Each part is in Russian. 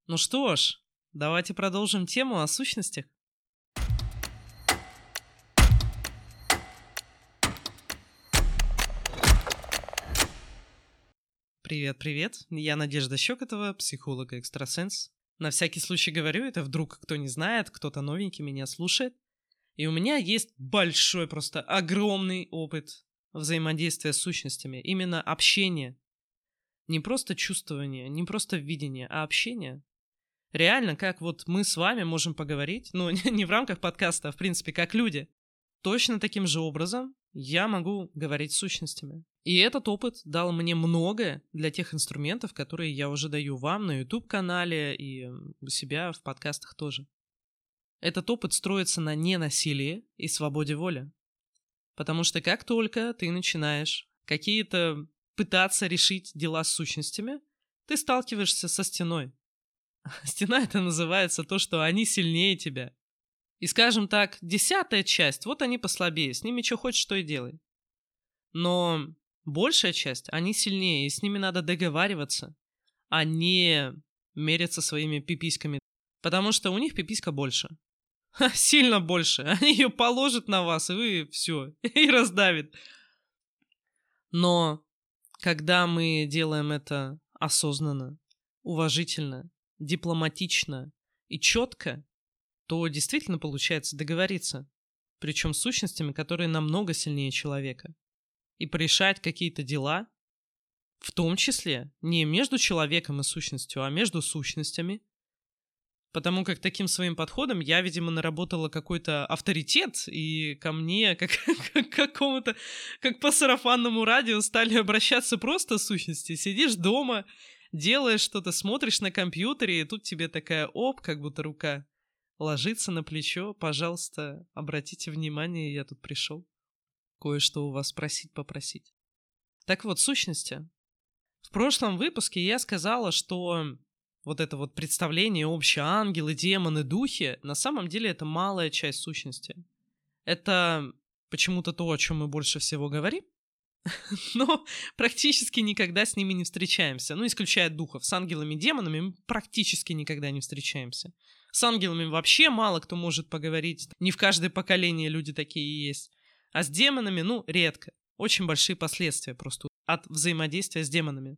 Ну что ж, давайте продолжим тему о сущностях. Привет, я Надежда Щекотова, психолог и экстрасенс. На всякий случай говорю это, вдруг кто не знает, кто-то новенький меня слушает. И у меня есть большой, просто огромный опыт взаимодействия с сущностями, именно общение. Не просто чувствование, не просто видение, а общение. Реально, как вот мы с вами можем поговорить, ну, не в рамках подкаста, а в принципе, как люди. Точно таким же образом я могу говорить с сущностями. И этот опыт дал мне многое для тех инструментов, которые я уже даю вам на YouTube-канале и у себя в подкастах тоже. Этот опыт строится на ненасилии и свободе воли. Потому что как только ты начинаешь какие-то пытаться решить дела с сущностями, ты сталкиваешься со стеной. Стена — это называется то, что они сильнее тебя. И, скажем так, 10-я часть, вот они послабее, с ними что хочешь, то и делай. Но большая часть, они сильнее, и с ними надо договариваться, а не меряться своими пиписьками. Потому что у них пиписька больше. Сильно больше. Они ее положат на вас, и вы все, и раздавит. Но когда мы делаем это осознанно, уважительно, дипломатично и четко, то действительно получается договориться. Причем с сущностями, которые намного сильнее человека. И порешать какие-то дела, в том числе не между человеком и сущностью, а между сущностями. Потому как таким своим подходом я, видимо, наработала какой-то авторитет, и ко мне, как какому-то, как по сарафанному радио, стали обращаться просто сущности. Сидишь дома, делаешь что-то, смотришь на компьютере, и тут тебе такая как будто рука ложится на плечо. Пожалуйста, обратите внимание, я тут пришел кое-что у вас попросить. Так вот, сущности. В прошлом выпуске я сказала, что вот это вот представление общее ангелы, демоны, духи, на самом деле это малая часть сущности. Это почему-то то, о чем мы больше всего говорим, но практически никогда с ними не встречаемся. Ну, исключая духов. С ангелами и демонами мы практически никогда не встречаемся. С ангелами вообще мало кто может поговорить. Не в каждое поколение люди такие есть. А с демонами, ну, редко. Очень большие последствия просто от взаимодействия с демонами.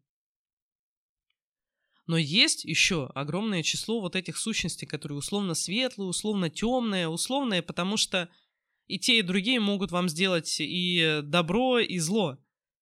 Но есть еще огромное число вот этих сущностей, которые условно светлые, условно темные, потому что и те, и другие могут вам сделать и добро, и зло.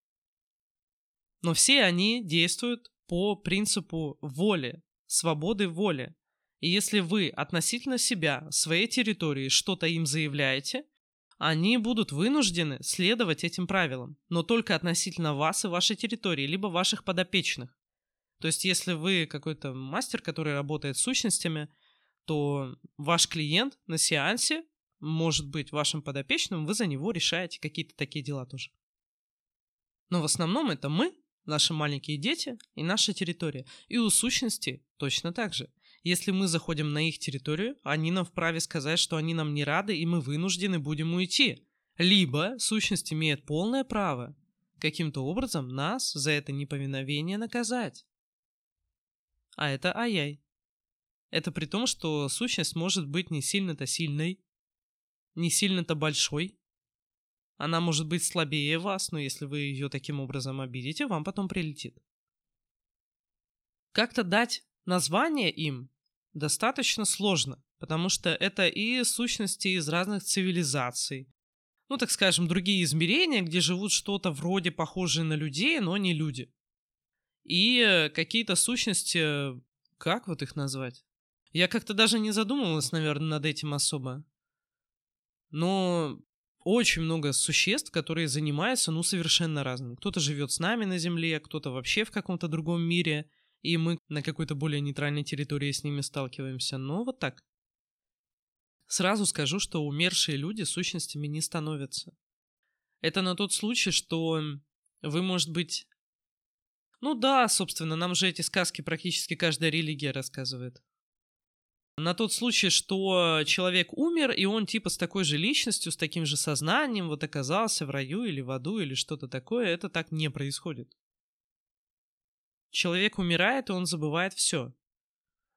Но все они действуют по принципу воли, свободы воли. И если вы относительно себя, своей территории что-то им заявляете, они будут вынуждены следовать этим правилам, но только относительно вас и вашей территории, либо ваших подопечных. То есть, если вы какой-то мастер, который работает с сущностями, то ваш клиент на сеансе может быть вашим подопечным, вы за него решаете какие-то такие дела тоже. Но в основном это мы, наши маленькие дети и наша территория. И у сущностей точно так же. Если мы заходим на их территорию, они нам вправе сказать, что они нам не рады, и мы вынуждены будем уйти. Либо сущность имеет полное право каким-то образом нас за это неповиновение наказать. А это ай-яй. Это при том, что сущность может быть не сильно-то сильной, не сильно-то большой. Она может быть слабее вас, но если вы ее таким образом обидите, вам потом прилетит. Как-то дать название им достаточно сложно, потому что это и сущности из разных цивилизаций. Ну, так скажем, другие измерения, где живут что-то вроде похожее на людей, но не люди. И какие-то сущности, как вот их назвать? Я как-то даже не задумывалась, наверное, над этим особо. Но очень много существ, которые занимаются, ну, совершенно разным. Кто-то живет с нами на Земле, кто-то вообще в каком-то другом мире, и мы на какой-то более нейтральной территории с ними сталкиваемся. Но вот так. Сразу скажу, что умершие люди сущностями не становятся. Это на тот случай, что вы, может быть... Ну да, собственно, нам же эти сказки практически каждая религия рассказывает. На тот случай, что человек умер, и он типа с такой же личностью, с таким же сознанием вот оказался в раю или в аду или что-то такое, это так не происходит. Человек умирает, и он забывает все.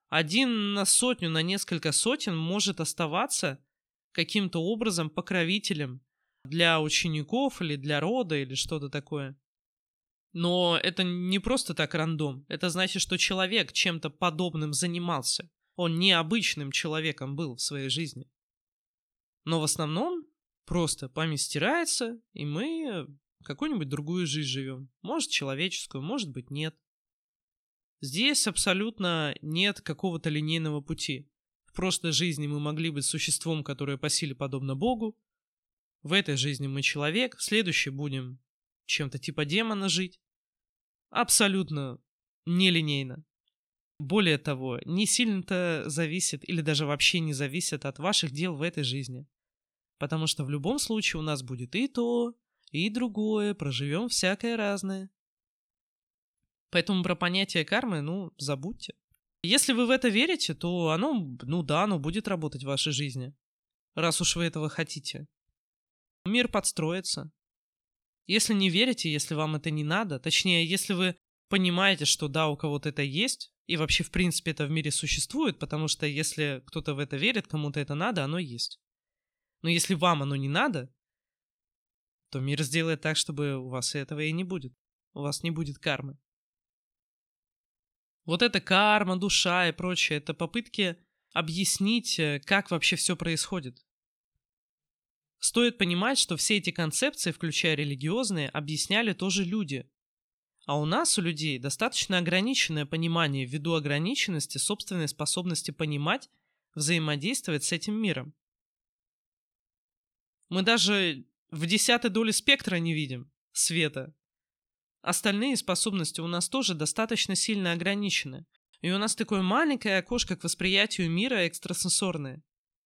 Один на сотню, на несколько сотен может оставаться каким-то образом покровителем для учеников или для рода или что-то такое. Но это не просто так рандом. Это значит, что человек чем-то подобным занимался. Он необычным человеком был в своей жизни. Но в основном просто память стирается, и мы какую-нибудь другую жизнь живем. Может, человеческую, может быть, нет. Здесь абсолютно нет какого-то линейного пути. В прошлой жизни мы могли быть существом, которое по силе подобно Богу. В этой жизни мы человек, в следующей будем чем-то типа демона жить. Абсолютно нелинейно. Более того, не сильно-то зависит или даже вообще не зависит от ваших дел в этой жизни. Потому что в любом случае у нас будет и то, и другое, проживем всякое разное. Поэтому про понятие кармы, забудьте. Если вы в это верите, то оно будет работать в вашей жизни. Раз уж вы этого хотите. Мир подстроится. Если не верите, если вам это не надо, точнее, если вы понимаете, что да, у кого-то это есть, и вообще, в принципе, это в мире существует, потому что если кто-то в это верит, кому-то это надо, оно есть. Но если вам оно не надо, то мир сделает так, чтобы у вас этого и не будет. У вас не будет кармы. Вот эта карма, душа и прочее, это попытки объяснить, как вообще все происходит. Стоит понимать, что все эти концепции, включая религиозные, объясняли тоже люди. А у нас, у людей, достаточно ограниченное понимание ввиду ограниченности собственной способности понимать, взаимодействовать с этим миром. Мы даже в 10 доли спектра не видим света. Остальные способности у нас тоже достаточно сильно ограничены. И у нас такое маленькое окошко к восприятию мира экстрасенсорное.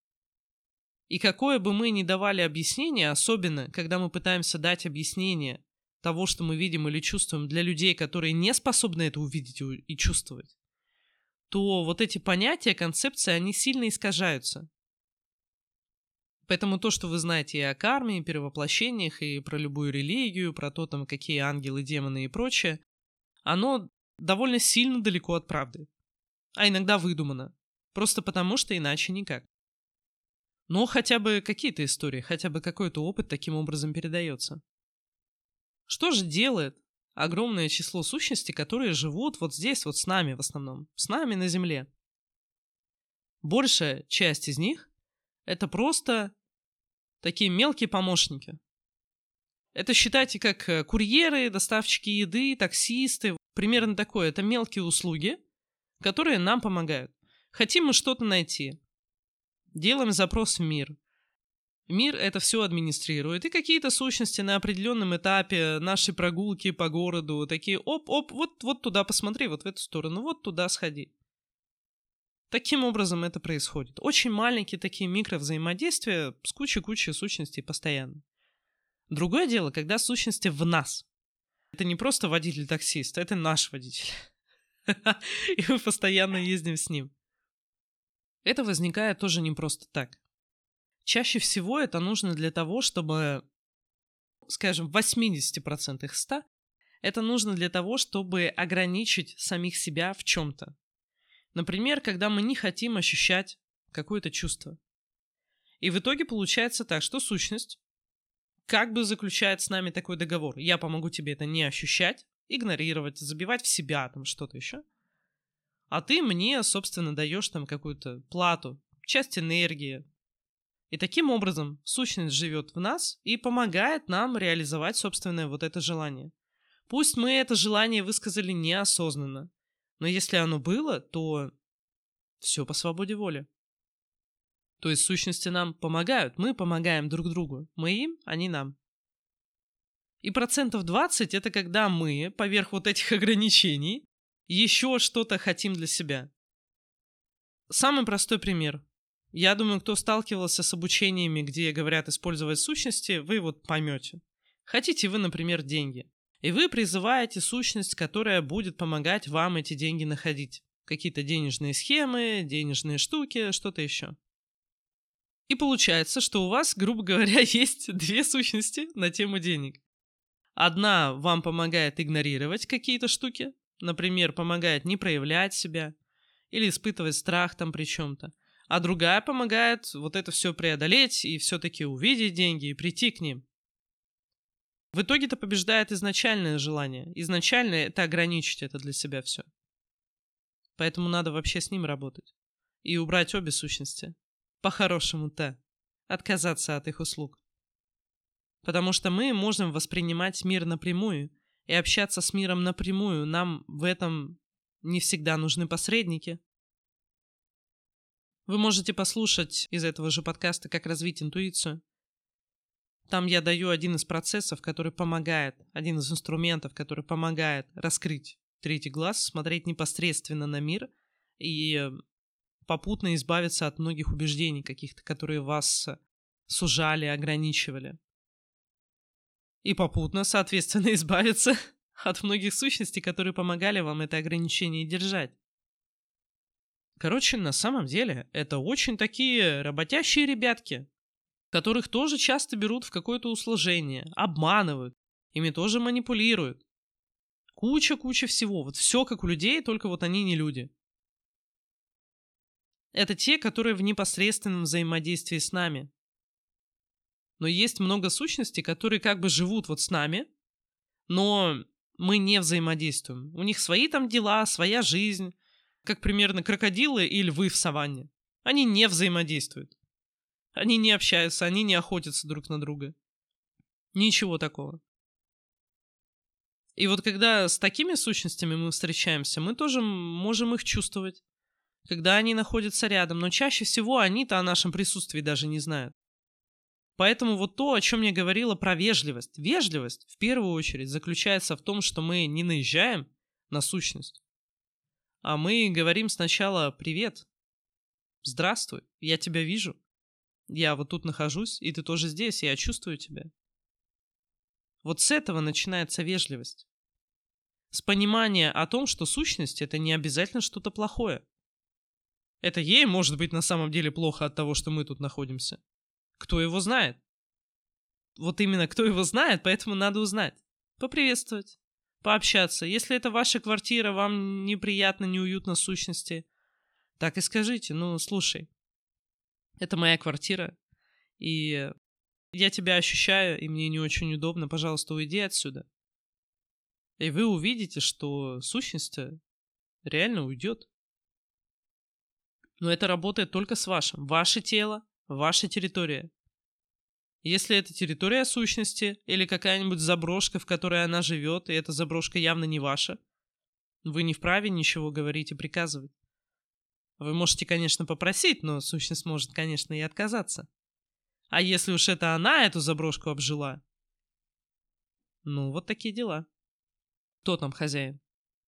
И какое бы мы ни давали объяснение, особенно когда мы пытаемся дать объяснение того, что мы видим или чувствуем для людей, которые не способны это увидеть и чувствовать, то вот эти понятия, концепции, они сильно искажаются. Поэтому то, что вы знаете и о карме, и перевоплощениях, и про любую религию, про то, там, какие ангелы, демоны и прочее, оно довольно сильно далеко от правды. А иногда выдумано. Просто потому, что иначе никак. Но хотя бы какие-то истории, хотя бы какой-то опыт таким образом передается. Что же делает огромное число сущностей, которые живут вот здесь, вот с нами в основном, с нами на Земле? Большая часть из них — это просто такие мелкие помощники. Это считайте как курьеры, доставщики еды, таксисты. Примерно такое. Это мелкие услуги, которые нам помогают. Хотим мы что-то найти. Делаем запрос в мир. Мир это все администрирует. И какие-то сущности на определенном этапе нашей прогулки по городу такие оп-оп, вот туда посмотри, вот в эту сторону, вот туда сходи. Таким образом это происходит. Очень маленькие такие микровзаимодействия с кучей сущностей постоянно. Другое дело, когда сущности в нас. Это не просто водитель-таксист, это наш водитель. И мы постоянно ездим с ним. Это возникает тоже не просто так. Чаще всего это нужно для того, чтобы, скажем, в 80% из 100, это нужно для того, чтобы ограничить самих себя в чем-то. Например, когда мы не хотим ощущать какое-то чувство. И в итоге получается так, что сущность как бы заключает с нами такой договор. Я помогу тебе это не ощущать, игнорировать, забивать в себя там что-то еще. А ты мне, собственно, даешь там какую-то плату, часть энергии. И таким образом сущность живет в нас и помогает нам реализовать собственное вот это желание. Пусть мы это желание высказали неосознанно, но если оно было, то все по свободе воли. То есть сущности нам помогают, мы помогаем друг другу. Мы им, они нам. И 20% это когда мы, поверх вот этих ограничений, еще что-то хотим для себя. Самый простой пример. Я думаю, кто сталкивался с обучениями, где говорят использовать сущности, вы вот поймете. Хотите вы, например, деньги. И вы призываете сущность, которая будет помогать вам эти деньги находить. Какие-то денежные схемы, денежные штуки, что-то еще. И получается, что у вас, грубо говоря, есть две сущности на тему денег. Одна вам помогает игнорировать какие-то штуки, например, помогает не проявлять себя, или испытывать страх там при чем-то. А другая помогает вот это все преодолеть и все-таки увидеть деньги и прийти к ним. В итоге-то побеждает изначальное желание. Изначальное — это ограничить это для себя все. Поэтому надо вообще с ним работать. И убрать обе сущности. По-хорошему-то. Отказаться от их услуг. Потому что мы можем воспринимать мир напрямую и общаться с миром напрямую. Нам в этом не всегда нужны посредники. Вы можете послушать из этого же подкаста «Как развить интуицию». Там я даю один из процессов, который помогает, один из инструментов, который помогает раскрыть третий глаз, смотреть непосредственно на мир и попутно избавиться от многих убеждений каких-то, которые вас сужали, ограничивали. И попутно, соответственно, избавиться от многих сущностей, которые помогали вам это ограничение держать. Короче, на самом деле, это очень такие работящие ребятки, которых тоже часто берут в какое-то усложение, обманывают, ими тоже манипулируют. Куча всего. Вот все как у людей, только вот они не люди. Это те, которые в непосредственном взаимодействии с нами. Но есть много сущностей, которые как бы живут вот с нами, но мы не взаимодействуем. У них свои там дела, своя жизнь, как примерно крокодилы и львы в саванне. Они не взаимодействуют. Они не общаются, они не охотятся друг на друга. Ничего такого. И вот когда с такими сущностями мы встречаемся, мы тоже можем их чувствовать, когда они находятся рядом. Но чаще всего они-то о нашем присутствии даже не знают. Поэтому вот то, о чем я говорила про вежливость. Вежливость, в первую очередь, заключается в том, что мы не наезжаем на сущность, а мы говорим сначала «Привет», «Здравствуй, я тебя вижу». Я вот тут нахожусь, и ты тоже здесь, и я чувствую тебя. Вот с этого начинается вежливость. С понимания о том, что сущность — это не обязательно что-то плохое. Это ей может быть на самом деле плохо от того, что мы тут находимся. Кто его знает? Вот именно кто его знает, поэтому надо узнать. Поприветствовать, пообщаться. Если это ваша квартира, вам неприятно, неуютно с сущности, так и скажите, ну, слушай, это моя квартира, и я тебя ощущаю, и мне не очень удобно, пожалуйста, уйди отсюда. И вы увидите, что сущность реально уйдет. Но это работает только с вашим. Ваше тело, ваша территория. Если это территория сущности или какая-нибудь заброшка, в которой она живет, и эта заброшка явно не ваша, вы не вправе ничего говорить и приказывать. Вы можете, конечно, попросить, но сущность может, конечно, и отказаться. А если уж это она эту заброшку обжила, ну, вот такие дела. Кто там хозяин?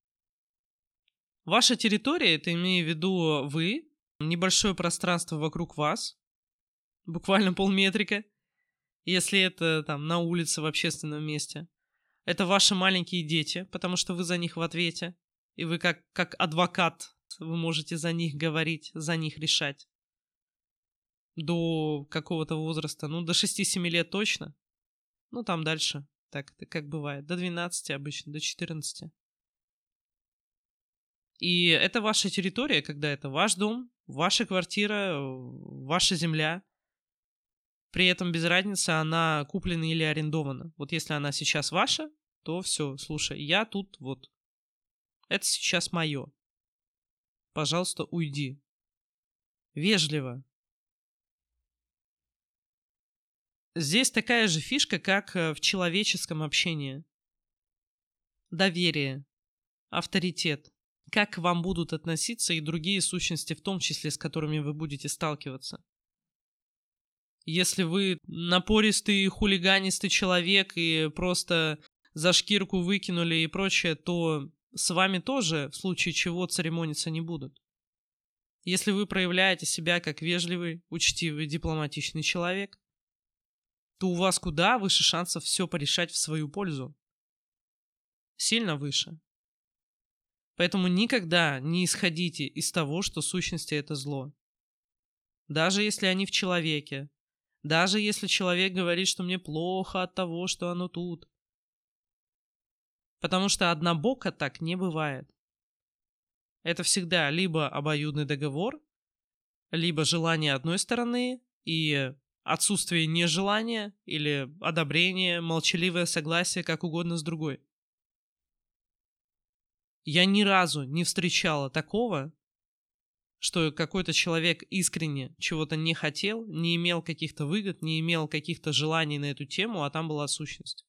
Ваша территория, это имею в виду вы, небольшое пространство вокруг вас, буквально полметрика, если это там на улице, в общественном месте. Это ваши маленькие дети, потому что вы за них в ответе, и вы как адвокат, вы можете за них говорить, за них решать. До какого-то возраста, ну, до 6-7 лет точно. Ну, там дальше, так это как бывает, до 12 обычно, до 14. И это ваша территория, когда это ваш дом, ваша квартира, ваша земля. При этом без разницы, она куплена или арендована. Вот если она сейчас ваша, то все, слушай, я тут вот. Это сейчас мое. Пожалуйста, уйди. Вежливо. Здесь такая же фишка, как в человеческом общении. Доверие, авторитет. Как к вам будут относиться и другие сущности, в том числе, с которыми вы будете сталкиваться. Если вы напористый, хулиганистый человек и просто за шкирку выкинули и прочее, то с вами тоже, в случае чего, церемониться не будут. Если вы проявляете себя как вежливый, учтивый, дипломатичный человек, то у вас куда выше шансов все порешать в свою пользу. Сильно выше. Поэтому никогда не исходите из того, что сущности — это зло. Даже если они в человеке. Даже если человек говорит, что мне плохо от того, что оно тут. Потому что однобоко так не бывает. Это всегда либо обоюдный договор, либо желание одной стороны и отсутствие нежелания или одобрение, молчаливое согласие, как угодно с другой. Я ни разу не встречала такого, что какой-то человек искренне чего-то не хотел, не имел каких-то выгод, не имел каких-то желаний на эту тему, а там была сущность.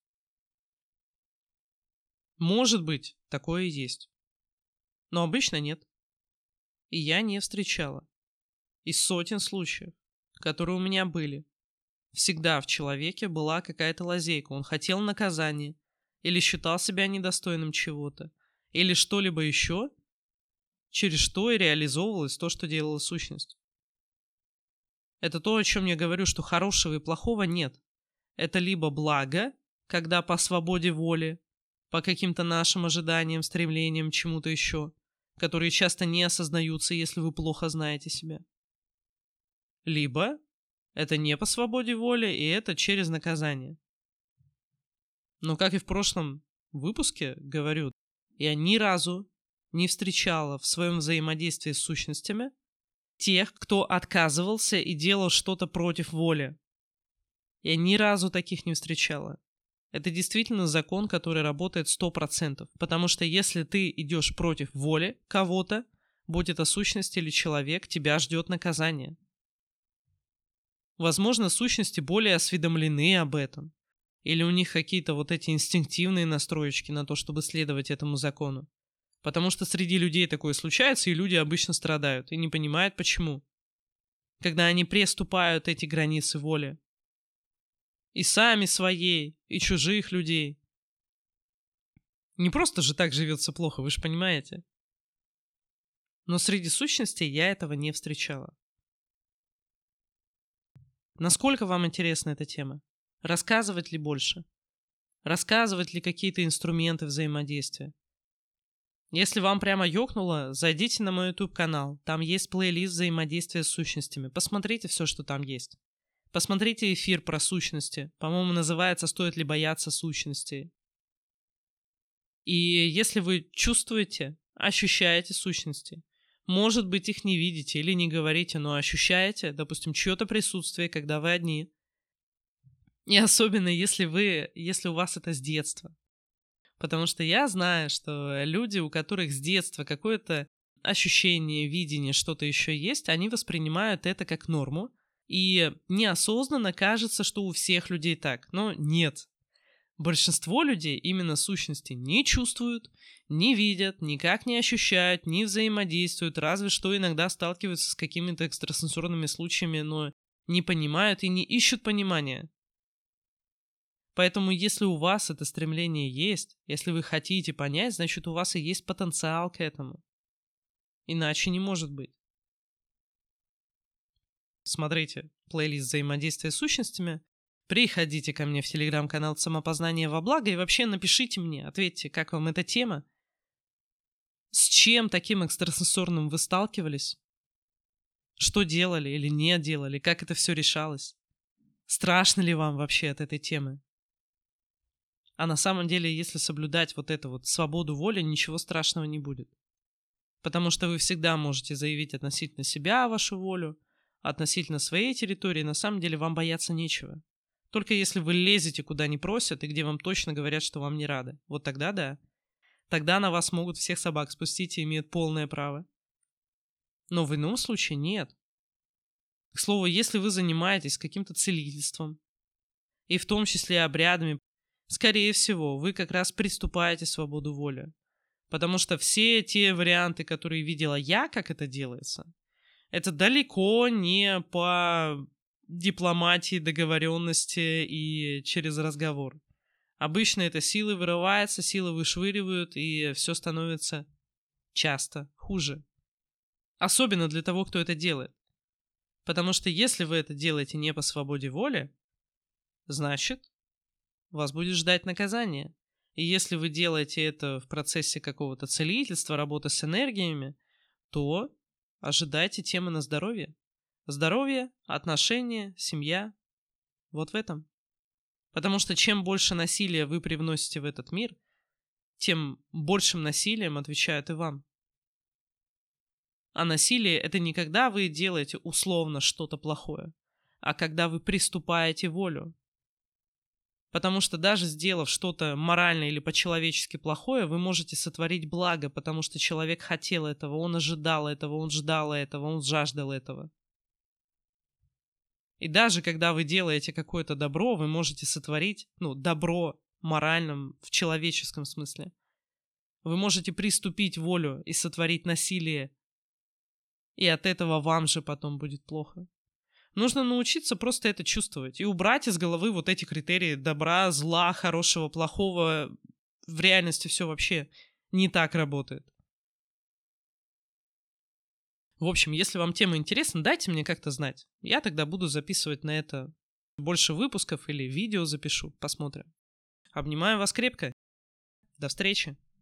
Может быть, такое и есть. Но обычно нет. И я не встречала. Из сотен случаев, которые у меня были, всегда в человеке была какая-то лазейка. Он хотел наказания, или считал себя недостойным чего-то, или что-либо еще, через что и реализовывалось то, что делала сущность. Это то, о чем я говорю, что хорошего и плохого нет. Это либо благо, когда по свободе воли, по каким-то нашим ожиданиям, стремлениям, чему-то еще, которые часто не осознаются, если вы плохо знаете себя. Либо это не по свободе воли, и это через наказание. Но как и в прошлом выпуске говорю, я ни разу не встречала в своем взаимодействии с сущностями тех, кто отказывался и делал что-то против воли. Я ни разу таких не встречала. Это действительно закон, который работает 100%. Потому что если ты идешь против воли кого-то, будь это сущность или человек, тебя ждет наказание. Возможно, сущности более осведомлены об этом. Или у них какие-то вот эти инстинктивные настроечки на то, чтобы следовать этому закону. Потому что среди людей такое случается, и люди обычно страдают, и не понимают, почему. Когда они приступают эти границы воли. И сами своей, и чужих людей. Не просто же так живется плохо, вы же понимаете. Но среди сущностей я этого не встречала. Насколько вам интересна эта тема? Рассказывать ли больше? Рассказывать ли какие-то инструменты взаимодействия? Если вам прямо ёкнуло, зайдите на мой YouTube-канал. Там есть плейлист взаимодействия с сущностями. Посмотрите все, что там есть. Посмотрите эфир про сущности. По-моему, называется «Стоит ли бояться сущностей?». И если вы чувствуете, ощущаете сущности, может быть, их не видите или не говорите, но ощущаете, допустим, чье-то присутствие, когда вы одни. И особенно, если у вас это с детства. Потому что я знаю, что люди, у которых с детства какое-то ощущение, видение, что-то еще есть, они воспринимают это как норму. И неосознанно кажется, что у всех людей так. Но нет. Большинство людей именно сущности не чувствуют, не видят, никак не ощущают, не взаимодействуют, разве что иногда сталкиваются с какими-то экстрасенсорными случаями, но не понимают и не ищут понимания. Поэтому если у вас это стремление есть, если вы хотите понять, значит у вас и есть потенциал к этому. Иначе не может быть. Смотрите плейлист взаимодействия с сущностями. Приходите ко мне в телеграм-канал «Самопознание во благо» и вообще напишите мне, ответьте, как вам эта тема, с чем таким экстрасенсорным вы сталкивались, что делали или не делали, как это все решалось, страшно ли вам вообще от этой темы. А на самом деле, если соблюдать вот эту вот свободу воли, ничего страшного не будет. Потому что вы всегда можете заявить относительно себя вашу волю, относительно своей территории, на самом деле вам бояться нечего. Только если вы лезете куда не просят и где вам точно говорят, что вам не рады. Вот тогда да. Тогда на вас могут всех собак спустить и имеют полное право. Но в ином случае нет. К слову, если вы занимаетесь каким-то целительством, и в том числе обрядами, скорее всего, вы как раз приступаете свободу воли. Потому что все те варианты, которые видела я, как это делается, это далеко не по дипломатии, договоренности и через разговор. Обычно это силы вырывается, силы вышвыривают, и все становится часто хуже. Особенно для того, кто это делает. Потому что если вы это делаете не по свободе воли, значит, вас будет ждать наказание. И если вы делаете это в процессе какого-то целительства, работы с энергиями, то ожидайте темы на здоровье. Здоровье, отношения, семья. Вот в этом. Потому что чем больше насилия вы привносите в этот мир, тем большим насилием отвечают и вам. А насилие — это не когда вы делаете условно что-то плохое, а когда вы приступаете волю. Потому что даже сделав что-то морально или по-человечески плохое, вы можете сотворить благо, потому что человек хотел этого, он ожидал этого, он ждал этого, он жаждал этого. И даже когда вы делаете какое-то добро, вы можете сотворить, добро моральном, в человеческом смысле. Вы можете приступить волю и сотворить насилие, и от этого вам же потом будет плохо. Нужно научиться просто это чувствовать и убрать из головы вот эти критерии добра, зла, хорошего, плохого. В реальности все вообще не так работает. В общем, если вам тема интересна, дайте мне как-то знать. Я тогда буду записывать на это больше выпусков или видео запишу. Посмотрим. Обнимаю вас крепко. До встречи.